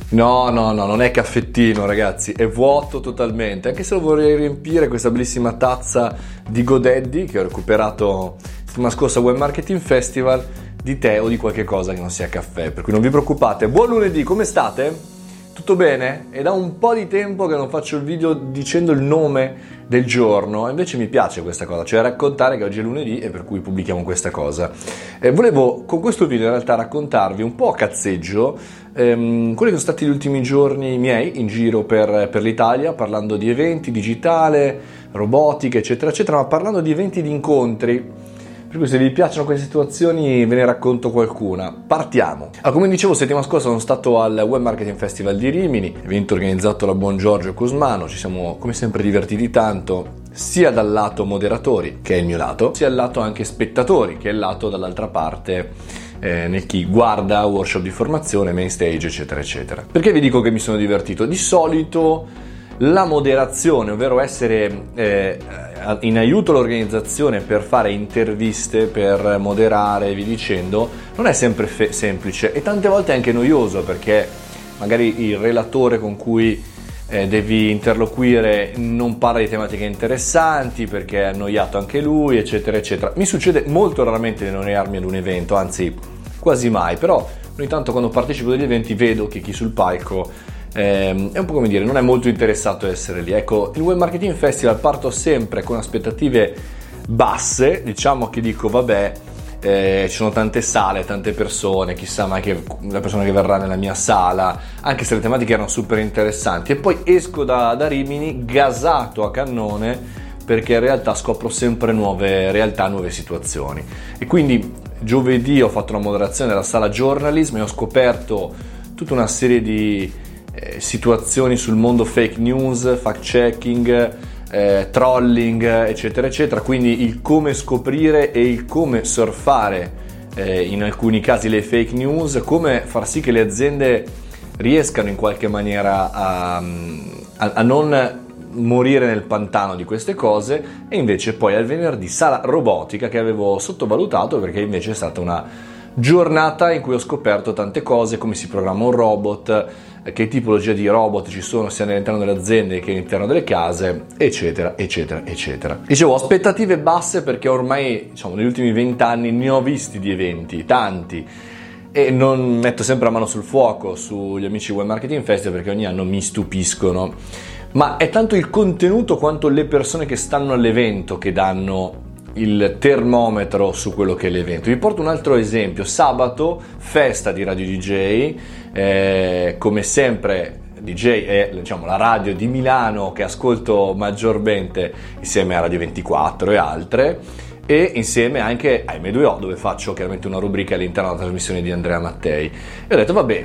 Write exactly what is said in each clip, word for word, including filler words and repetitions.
No, no, no, non è caffettino, ragazzi, è vuoto totalmente, anche se lo vorrei riempire questa bellissima tazza di Godaddy che ho recuperato settimana scorsa al Web Marketing Festival, di tè o di qualche cosa che non sia caffè, per cui non vi preoccupate. Buon lunedì, come state? Tutto bene? È da un po' di tempo che non faccio il video dicendo il nome del giorno, e invece mi piace questa cosa, cioè raccontare che oggi è lunedì e per cui pubblichiamo questa cosa. Eh, volevo con questo video in realtà raccontarvi un po' a cazzeggio ehm, quelli che sono stati gli ultimi giorni miei in giro per, per l'Italia, parlando di eventi, digitale, robotica, eccetera, eccetera, ma parlando di eventi, di incontri. Per cui se vi piacciono queste situazioni ve ne racconto qualcuna. Partiamo! Ah, come dicevo, settimana scorsa sono stato al Web Marketing Festival di Rimini, evento organizzato da buon Giorgio Cosmano. Ci siamo come sempre divertiti tanto, sia dal lato moderatori, che è il mio lato, sia dal lato anche spettatori, che è il lato dall'altra parte eh, nel chi guarda workshop di formazione, main stage, eccetera, eccetera. Perché vi dico che mi sono divertito? Di solito la moderazione, ovvero essere eh, in aiuto all'organizzazione per fare interviste, per moderare e vi dicendo, non è sempre fe- semplice e tante volte è anche noioso, perché magari il relatore con cui eh, devi interloquire non parla di tematiche interessanti perché è annoiato anche lui, eccetera, eccetera. Mi succede molto raramente di annoiarmi ad un evento, anzi quasi mai, però ogni tanto quando partecipo degli eventi vedo che chi sul palco è un po' come dire, non è molto interessato a essere lì. Ecco, il Web Marketing Festival parto sempre con aspettative basse, diciamo che dico vabbè, eh, ci sono tante sale, tante persone, chissà mai che la persona che verrà nella mia sala, anche se le tematiche erano super interessanti, e poi esco da, da Rimini gasato a cannone, perché in realtà scopro sempre nuove realtà, nuove situazioni. E quindi giovedì ho fatto una moderazione della sala journalism e ho scoperto tutta una serie di situazioni sul mondo fake news, fact checking, eh, trolling, eccetera, eccetera. Quindi il come scoprire e il come surfare eh, in alcuni casi le fake news, come far sì che le aziende riescano in qualche maniera a, a, a non morire nel pantano di queste cose. E invece poi al venerdì sala robotica, che avevo sottovalutato perché invece è stata una giornata in cui ho scoperto tante cose, come si programma un robot, che tipologia di robot ci sono sia all'interno delle aziende che all'interno delle case, eccetera, eccetera, eccetera. Dicevo, aspettative basse perché ormai, diciamo, negli ultimi vent'anni ne ho visti di eventi, tanti, e non metto sempre la mano sul fuoco sugli amici Web Marketing Festival perché ogni anno mi stupiscono, ma è tanto il contenuto quanto le persone che stanno all'evento che danno il termometro su quello che è l'evento. Vi porto un altro esempio: sabato, festa di Radio D J, eh, come sempre D J è, diciamo, la radio di Milano che ascolto maggiormente insieme a Radio ventiquattro e altre, e insieme anche a M due O, dove faccio chiaramente una rubrica all'interno della trasmissione di Andrea Mattei. E ho detto vabbè,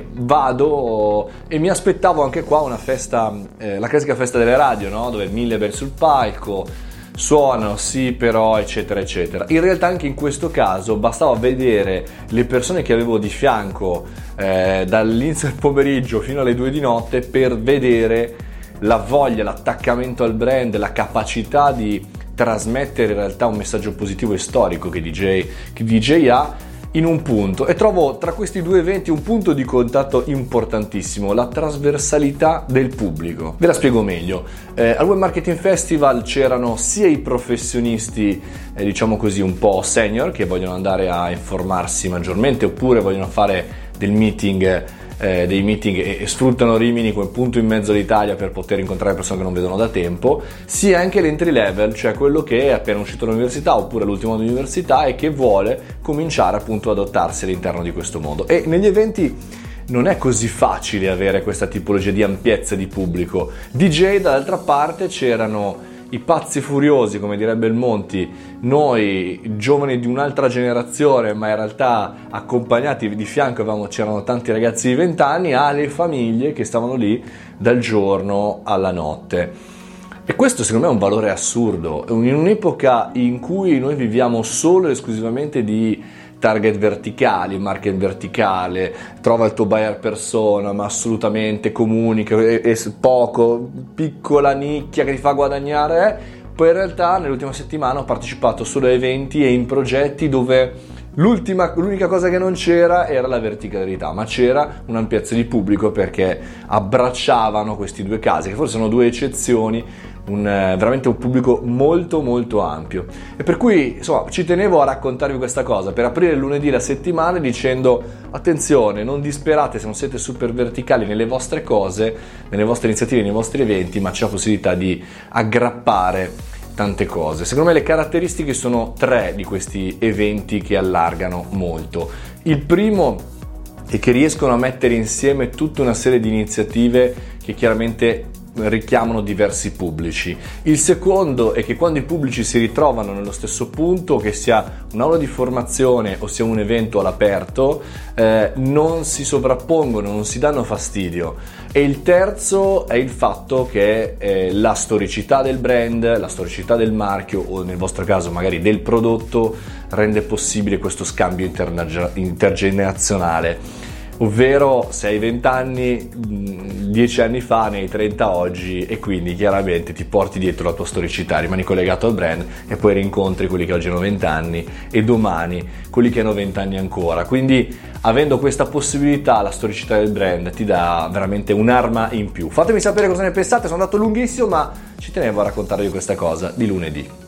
vado, e mi aspettavo anche qua una festa, eh, la classica festa delle radio, no? Dove mille belli sul palco, suonano, sì però, eccetera, eccetera. In realtà anche in questo caso bastava vedere le persone che avevo di fianco eh, dall'inizio del pomeriggio fino alle due di notte per vedere la voglia, l'attaccamento al brand, la capacità di trasmettere in realtà un messaggio positivo e storico che D J, che D J ha in un punto. E trovo tra questi due eventi un punto di contatto importantissimo: la trasversalità del pubblico. Ve la spiego meglio. Eh, al Web Marketing Festival c'erano sia i professionisti, eh, diciamo così, un po' senior, che vogliono andare a informarsi maggiormente oppure vogliono fare del meeting Eh, dei meeting e, e sfruttano Rimini come punto in mezzo all'Italia per poter incontrare persone che non vedono da tempo, sia anche l'entry level, cioè quello che è appena uscito dall'università oppure all'ultimo anno di università e che vuole cominciare appunto ad adattarsi all'interno di questo mondo. E negli eventi non è così facile avere questa tipologia di ampiezza di pubblico. D J dall'altra parte c'erano i pazzi furiosi, come direbbe il Monti, noi giovani di un'altra generazione, ma in realtà accompagnati di fianco avevamo, c'erano tanti ragazzi di venti anni, alle famiglie che stavano lì dal giorno alla notte. E questo secondo me è un valore assurdo, in un'epoca in cui noi viviamo solo e esclusivamente di target verticali, market verticale, trova il tuo buyer persona, ma assolutamente comunica, è, è poco, piccola nicchia che ti fa guadagnare. Poi in realtà nell'ultima settimana ho partecipato solo a eventi e in progetti dove L'ultima, l'unica cosa che non c'era era la verticalità, ma c'era un'ampiezza di pubblico perché abbracciavano questi due casi, che forse sono due eccezioni, un, veramente un pubblico molto molto ampio. E per cui insomma ci tenevo a raccontarvi questa cosa per aprire il lunedì la settimana dicendo: attenzione, non disperate se non siete super verticali nelle vostre cose, nelle vostre iniziative, nei vostri eventi, ma c'è la possibilità di aggrappare tante cose. Secondo me le caratteristiche sono tre di questi eventi che allargano molto. Il primo è che riescono a mettere insieme tutta una serie di iniziative che chiaramente richiamano diversi pubblici. Il secondo è che quando i pubblici si ritrovano nello stesso punto, che sia un'aula di formazione o sia un evento all'aperto, eh, non si sovrappongono, non si danno fastidio. E il terzo è il fatto che eh, la storicità del brand, la storicità del marchio o nel vostro caso magari del prodotto rende possibile questo scambio interna- intergenerazionale. Ovvero se hai venti anni, dieci anni fa, ne hai trenta oggi e quindi chiaramente ti porti dietro la tua storicità, rimani collegato al brand e poi rincontri quelli che oggi hanno venti anni e domani quelli che hanno venti anni ancora. Quindi avendo questa possibilità, la storicità del brand ti dà veramente un'arma in più. Fatemi sapere cosa ne pensate, sono andato lunghissimo ma ci tenevo a raccontarvi questa cosa di lunedì.